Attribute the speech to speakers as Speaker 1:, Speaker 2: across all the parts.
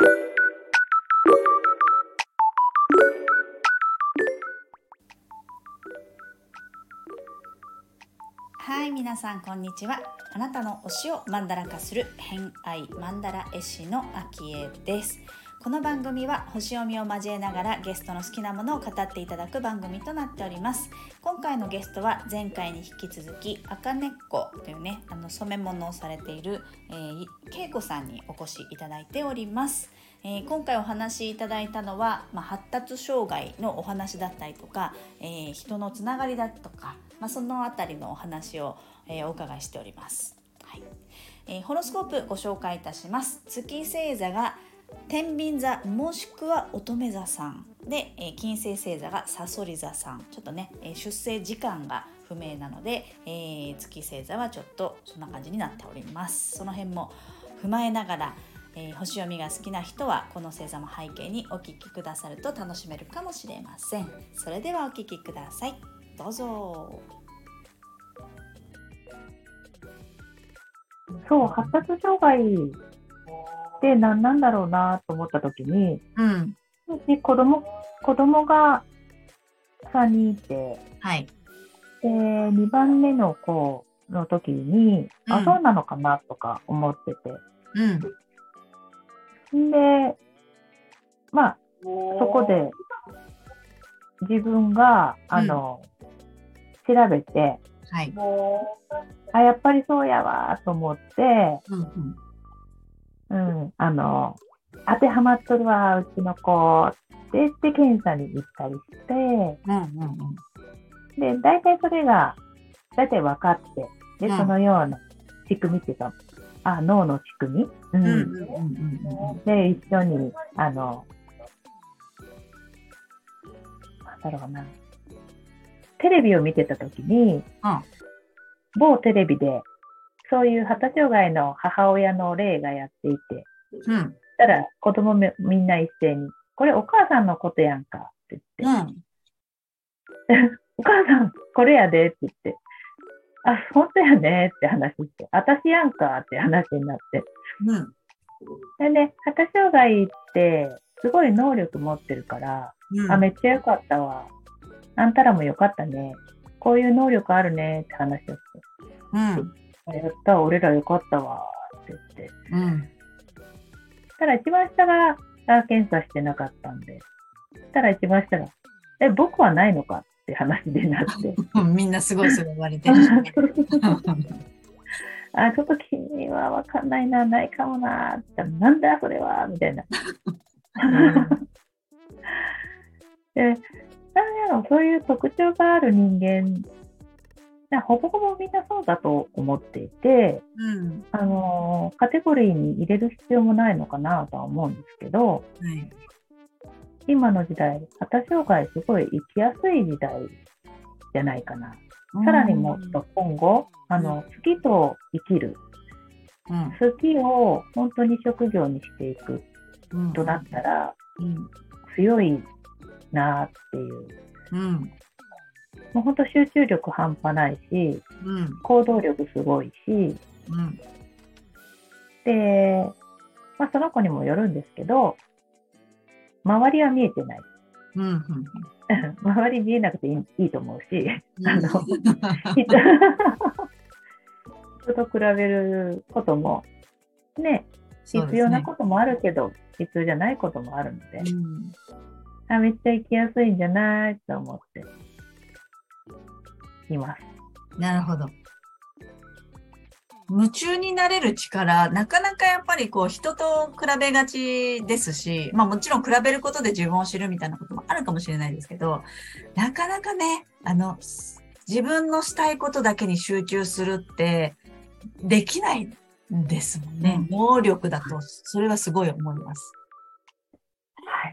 Speaker 1: はい、皆さんこんにちは。あなたの推しをマンダラ化する偏愛マンダラ絵師のあきえです。この番組は星読みを交えながらゲストの好きなものを語っていただく番組となっております。今回のゲストは前回に引き続きあかねっこというね、染め物をされている、けいこさんにお越しいただいております。今回お話しいただいたのは、発達障害のお話だったりとか、人のつながりだとか、そのあたりのお話を、お伺いしております。はい。ホロスコープご紹介いたします。月星座が天秤座もしくは乙女座さんで、金星星座がさそり座さん。ちょっとね、出生時間が不明なので、月星座はちょっとそんな感じになっております。その辺も踏まえながら、星読みが好きな人はこの星座も背景にお聞きくださると楽しめるかもしれません。それではお聞きください。どうぞ。
Speaker 2: そう、発達障害ってなんだろうなと思った時に、で子供が3人いて、
Speaker 1: はい。
Speaker 2: で2番目の子の時に、そうなのかなとか思ってて、で、そこで自分が調べて、
Speaker 1: はい。
Speaker 2: やっぱりそうやわと思って、当てはまっとるわうちの子って言って検査に行ったりして、で大体それが大体分かって、でそのような仕組みっていうか、脳の仕組み、で一緒になんだろうな、テレビを見てた時に、某テレビでそういう発達障害の母親の例がやっていて、したら子供みんな一斉に、これお母さんのことやんかって言って、お母さんこれやでって言って、本当やねって話して、私やんかって話になって、でね、発達障害ってすごい能力持ってるから、めっちゃよかったわ、あんたらもよかったね、こういう能力あるねって話をして、やった、俺らよかったわって言って、ただ一番下が検査してなかったんで、ただ一番下が僕はないのかって話でなって
Speaker 1: みんなすごいそれ言われてる、ね、
Speaker 2: ちょっと君は分かんないな、ないかもなって、なんだそれはみたいなで、なんやろ、そういう特徴がある人間、ほぼほぼみんなそうだと思っていて、カテゴリーに入れる必要もないのかなとは思うんですけど、今の時代、発達障害すごい生きやすい時代じゃないかな。さらにもっと今後、好きと生きる、好きを本当に職業にしていくとなったら、強いなっていう。もう本当集中力半端ないし、行動力すごいし、で、その子にもよるんですけど、周りは見えてない。周り見えなくていいと思うし、人と比べることもね、必要なこともあるけど、必要じゃないこともあるので、めっちゃ生きやすいんじゃないと思っています。
Speaker 1: なるほど。夢中になれる力、なかなかやっぱり人と比べがちですし、もちろん比べることで自分を知るみたいなこともあるかもしれないですけど、なかなかね、自分のしたいことだけに集中するってできないんですもんね。能力だと、それはすごい思います。
Speaker 2: はい。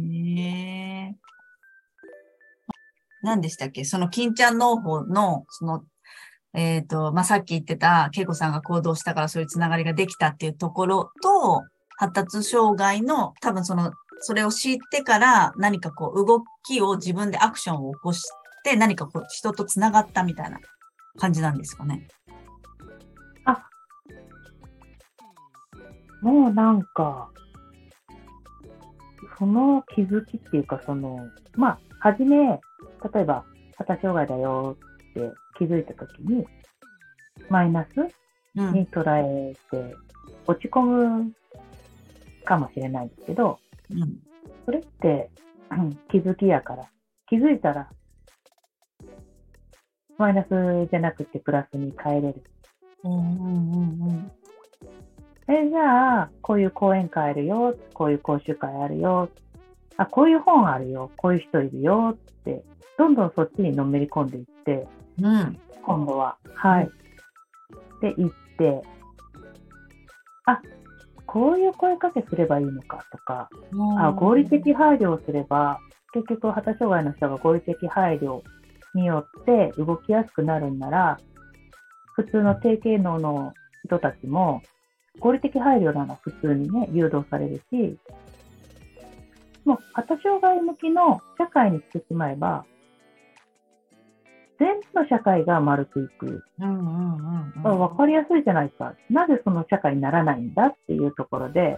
Speaker 1: 何でしたっけ？その金ちゃん農法の、さっき言ってた、恵子さんが行動したからそういうつながりができたっていうところと、発達障害の多分それを知ってから何か動きを自分でアクションを起こして何か人とつながったみたいな感じなんですかね。
Speaker 2: もうなんかその気づきっていうか、はじめ、例えば、発達障害だよって気づいたときに、マイナスに捉えて落ち込むかもしれないですけど、それって、気づきやから、気づいたら、マイナスじゃなくてプラスに変えれる。じゃあ、こういう講演会あるよ、こういう講習会あるよ、こういう本あるよ、こういう人いるよって、どんどんそっちにのめり込んでいって、今度は、で、行って、こういう声かけすればいいのかとか、合理的配慮をすれば、結局、発達障害の人が合理的配慮によって動きやすくなるんなら、普通の低経能の人たちも、合理的配慮なら普通にね、誘導されるし、もう発達障害向きの社会にしてしまえば、全部の社会が丸くいく。わかりやすいじゃないですか。なぜその社会にならないんだっていうところで、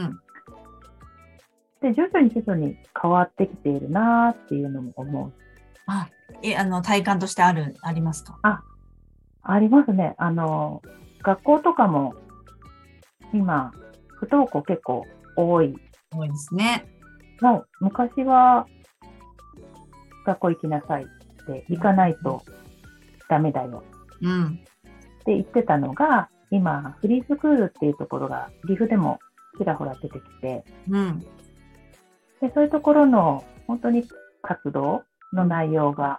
Speaker 2: で、徐々に変わってきているなっていうのも思う。
Speaker 1: 体感としてありますか？
Speaker 2: ありますね。学校とかも、今、不登校結構多い。
Speaker 1: 多いですね。
Speaker 2: 昔は、学校行きなさいって、行かないとダメだよ。って言ってたのが、今、フリースクールっていうところが、岐阜でもちらほら出てきて、でそういうところの、本当に活動の内容が、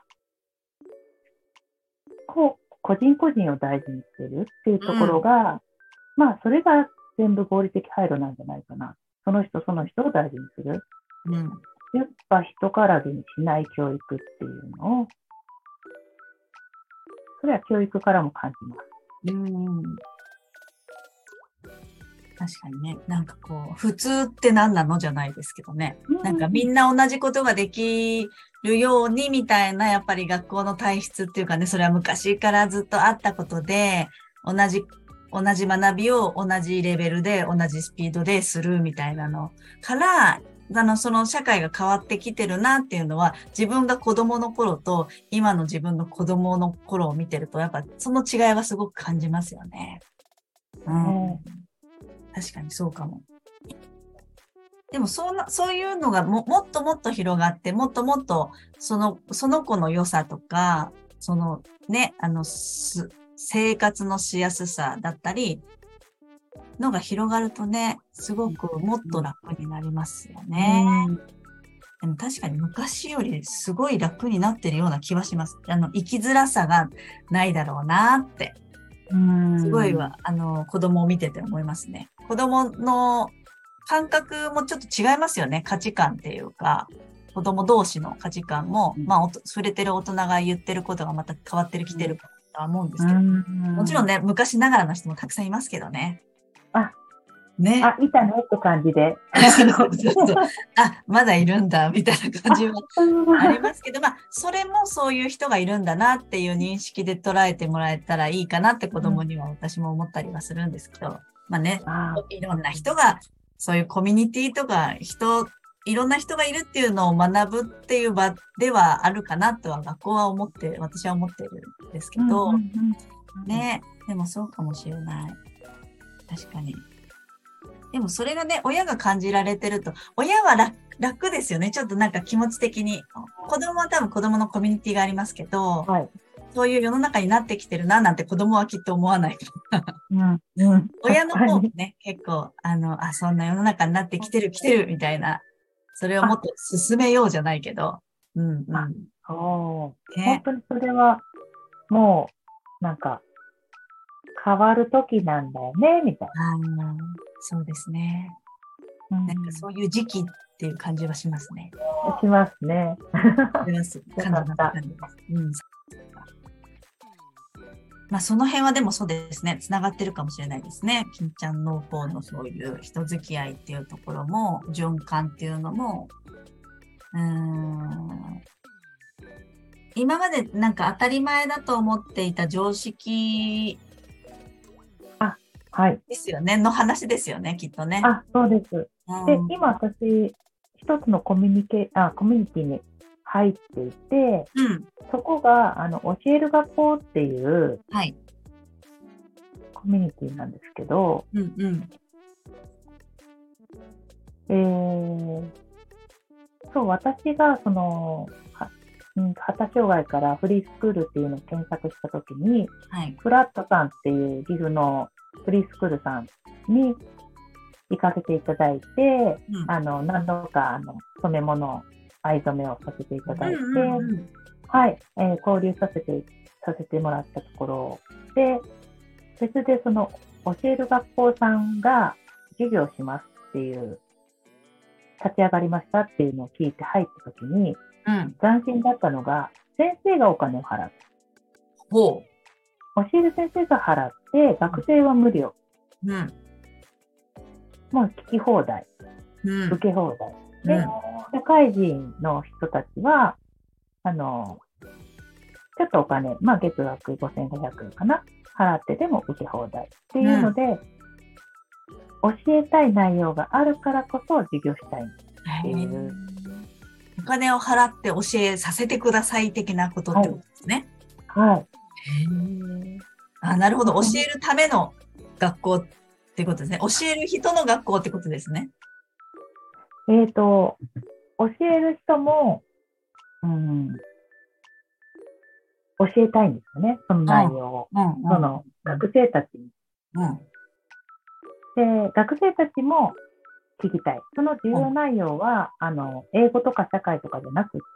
Speaker 2: 個人個人を大事にしてるっていうところが、それが全部合理的配慮なんじゃないかな。その人を大事にする。やっぱ人からずにしない教育っていうのを、それは教育からも感じます。
Speaker 1: 確かにね、なんか普通って何なのじゃないですけどね。なんかみんな同じことができるようにみたいな、やっぱり学校の体質っていうかね、それは昔からずっとあったことで、同じ学びを同じレベルで、同じスピードでするみたいなのから、その社会が変わってきてるなっていうのは、自分が子供の頃と今の自分の子供の頃を見てると、やっぱその違いはすごく感じますよね。確かにそうかも。でもそういうのがもっともっと広がって、もっともっとその子の良さとか、生活のしやすさだったりのが広がるとね、すごくもっと楽になりますよね。でも確かに昔よりすごい楽になってるような気はします。生きづらさがないだろうなって。すごい子供を見てて思いますね。子供の感覚もちょっと違いますよね。価値観っていうか、子供同士の価値観も、触れてる大人が言ってることがまた変わってきてるかとは思うんですけど、もちろんね、昔ながらの人もたくさんいますけどね。
Speaker 2: いたねって感じで。
Speaker 1: まだいるんだ、みたいな感じはありますけど、それもそういう人がいるんだなっていう認識で捉えてもらえたらいいかなって子供には私も思ったりはするんですけど、いろんな人が、そういうコミュニティとかいろんな人がいるっていうのを学ぶっていう場ではあるかなとは学校は私は思ってるんですけど、でもそうかもしれない。確かに。でもそれがね、親が感じられてると、親は楽ですよね。ちょっとなんか気持ち的に。子供は多分子供のコミュニティがありますけど、そういう世の中になってきてるななんて子供はきっと思わないから。親の方もね、結構、そんな世の中になってきてるみたいな、それをもっと進めようじゃないけど。
Speaker 2: 本当にそれは、もう、なんか、変わる時なんだよね、みたいな。
Speaker 1: そうですね。なんかそういう時期っていう感じはしますね。
Speaker 2: しますね。
Speaker 1: その辺はでもそうですね、つながってるかもしれないですね。金ちゃんの方のそういう人付き合いっていうところも、循環っていうのも、今までなんか当たり前だと思っていた常識ですよね、の話ですよね、きっとね。
Speaker 2: そうです。で、今私、 一つのコミュニティに入っていて、そこが教える学校っていうコミュニティなんですけど、そう、私が発達障害からフリースクールっていうのを検索したときに、フラットさんっていう岐阜のフリースクールさんに行かせていただいて、何度か染め物、藍染めをさせていただいて、交流させてもらったところで、別でその教える学校さんが授業しますっていう立ち上がりましたっていうのを聞いて入ったときに、斬新だったのが、先生がお金を払う。教える先生が払って、学生は無料。もう聞き放題。受け放題。で、社会人の人たちは、ちょっとお金、月額5500円かな、払ってでも受け放題っていうので、教えたい内容があるからこそ授業したいっていう。
Speaker 1: お金を払って教えさせてください的なことってことですね。なるほど。教えるための学校ってことですね。教える人の学校ってことですね。
Speaker 2: 教える人も、教えたいんですよね、その内容を。その学生たちに。で、学生たちも聞きたい。その授業内容は、英語とか社会とかじゃなくって、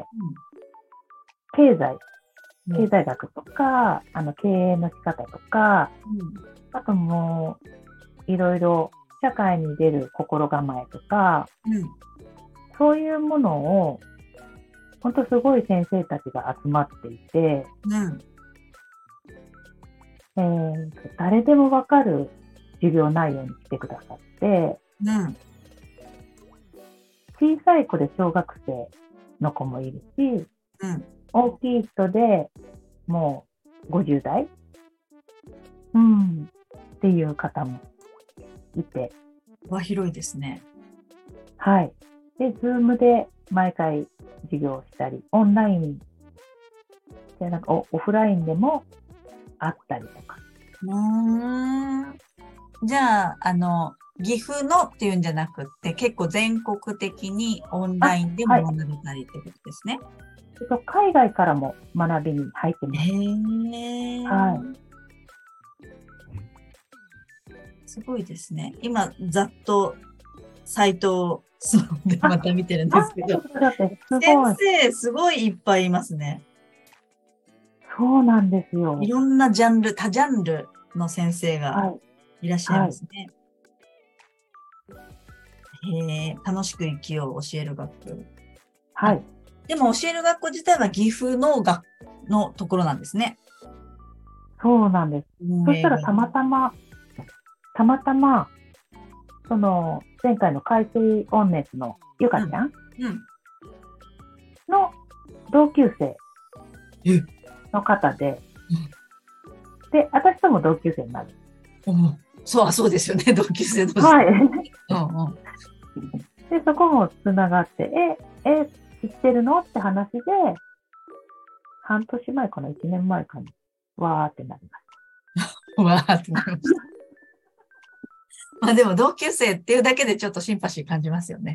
Speaker 2: 経済学とか、経営の仕方とか、あともう、いろいろ社会に出る心構えとか、そういうものを、本当すごい先生たちが集まっていて、誰でもわかる授業内容にしてくださって、小さい子で小学生の子もいるし、大きい人でもう50代、っていう方もいて。
Speaker 1: 広いですね。
Speaker 2: で、Zoom で毎回授業をしたり、オンラインでオフラインでもあったりとか。
Speaker 1: じゃあ、岐阜のっていうんじゃなくて、結構全国的にオンラインでも学べたりってことですね。
Speaker 2: 海外からも学びに入ってます。
Speaker 1: すごいですね。今、ざっとサイトをでまた見てるんですけど、先生すごいいっぱいいますね。
Speaker 2: そうなんですよ。
Speaker 1: いろんなジャンル、多ジャンルの先生がいらっしゃいますね。楽しく生きよう教える学校。でも教える学校自体は岐阜のところなんですね。
Speaker 2: そうなんです。そしたらたまたま、その前回の海水温熱のゆかちゃんの同級生の方で、で、私とも同級生になる。
Speaker 1: そうですよね、同級生同士。
Speaker 2: で、そこもつながって、知ってるのって話で、半年前かな、1年前かに、わーってなりました。
Speaker 1: わーってなりました。でも同級生っていうだけでちょっとシンパシー感じますよね。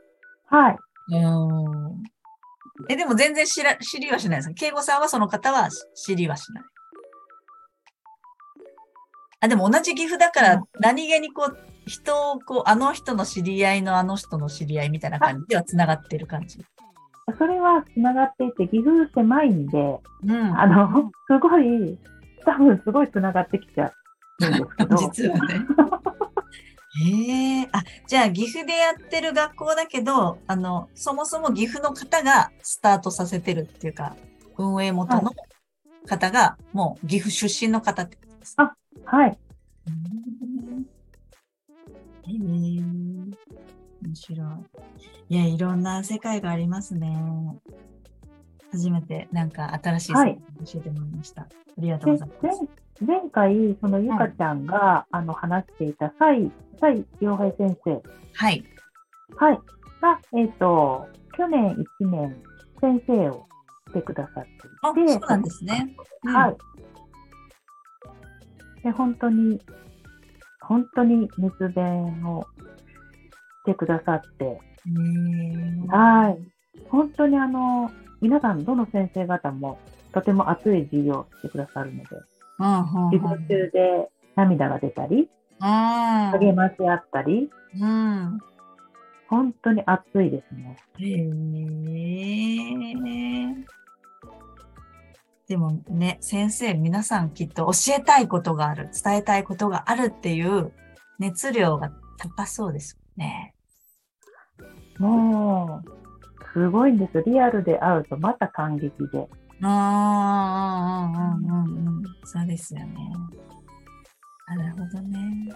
Speaker 1: でも全然知りはしないですか？慶吾さんはその方は知りはしない。でも同じ岐阜だから、何気に人をあの人の知り合いのあの人の知り合いみたいな感じでは繋がってる感じ。
Speaker 2: それは繋がっていて、岐阜狭いんで、すごい、多分すごい繋がってきちゃうんですけど。
Speaker 1: 実はね。じゃあ岐阜でやってる学校だけど、そもそも岐阜の方がスタートさせてるっていうか、運営元の方がもう岐阜出身の方ってことですか？面白い。いや、いろんな世界がありますね。初めてなんか新しい世界を教えてもらいました。ありがとうございます。
Speaker 2: 前回、そのゆかちゃんが、話していた蔡陽平先生。 が、去年1年先生をしてくださっていて、
Speaker 1: そうなんですね。
Speaker 2: はい。で、本当に熱弁をしてくださって、はい。本当に皆さん、どの先生方もとても熱い授業をしてくださるので、授業中で涙が出たり、励まし合ったり、本当に熱いですね。
Speaker 1: でもね、先生、皆さんきっと教えたいことがある、伝えたいことがあるっていう熱量が高そうですね。
Speaker 2: もう、すごいんです。リアルで会うとまた感激で。
Speaker 1: そうですよね。なるほどね。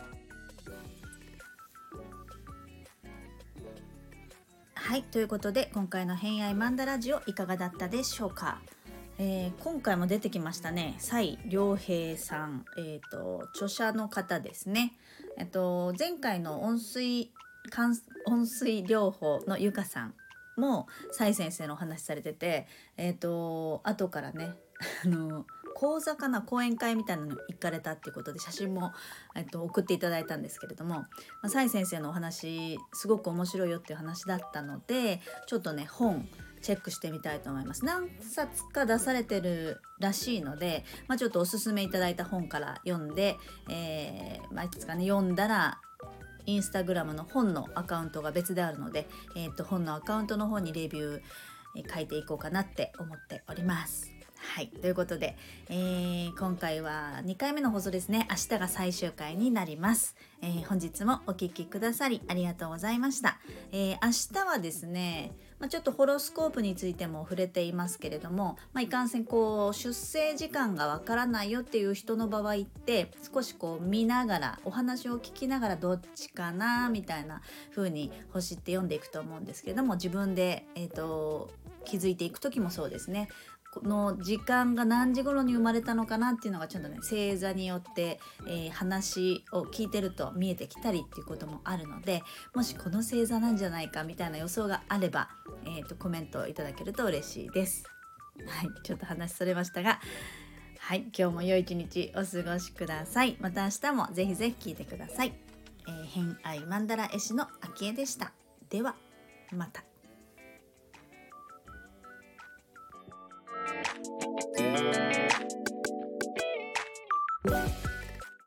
Speaker 1: はい、ということで今回の偏愛マンダラジオいかがだったでしょうか。今回も出てきましたね、蔡良平さん、著者の方ですね。前回の温水療法のゆかさんも蔡先生のお話されてて、後からね講座かな、講演会みたいなの行かれたっていうことで写真も、送っていただいたんですけれども、蔡先生のお話すごく面白いよっていう話だったので、ちょっとね本チェックしてみたいと思います。何冊か出されてるらしいので、ちょっとおすすめいただいた本から読んで、いくつかね読んだらインスタグラムの本のアカウントが別であるので、本のアカウントの方にレビュー、書いていこうかなって思っております。はい、ということで、今回は2回目の放送ですね。明日が最終回になります。本日もお聞きくださりありがとうございました。明日はですね、ちょっとホロスコープについても触れていますけれども、いかんせん出生時間がわからないよっていう人の場合って少し見ながらお話を聞きながらどっちかなみたいな風に星って読んでいくと思うんですけれども、自分で、気づいていく時もそうですね。この時間が何時頃に生まれたのかなっていうのがちょっとね星座によって、話を聞いてると見えてきたりっていうこともあるので、もしこの星座なんじゃないかみたいな予想があれば、コメントをいただけると嬉しいです。はい、ちょっと話それましたが、はい、今日も良い一日お過ごしください。また明日もぜひぜひ聞いてください。偏愛マンダラ絵師のあきえでした。ではまた。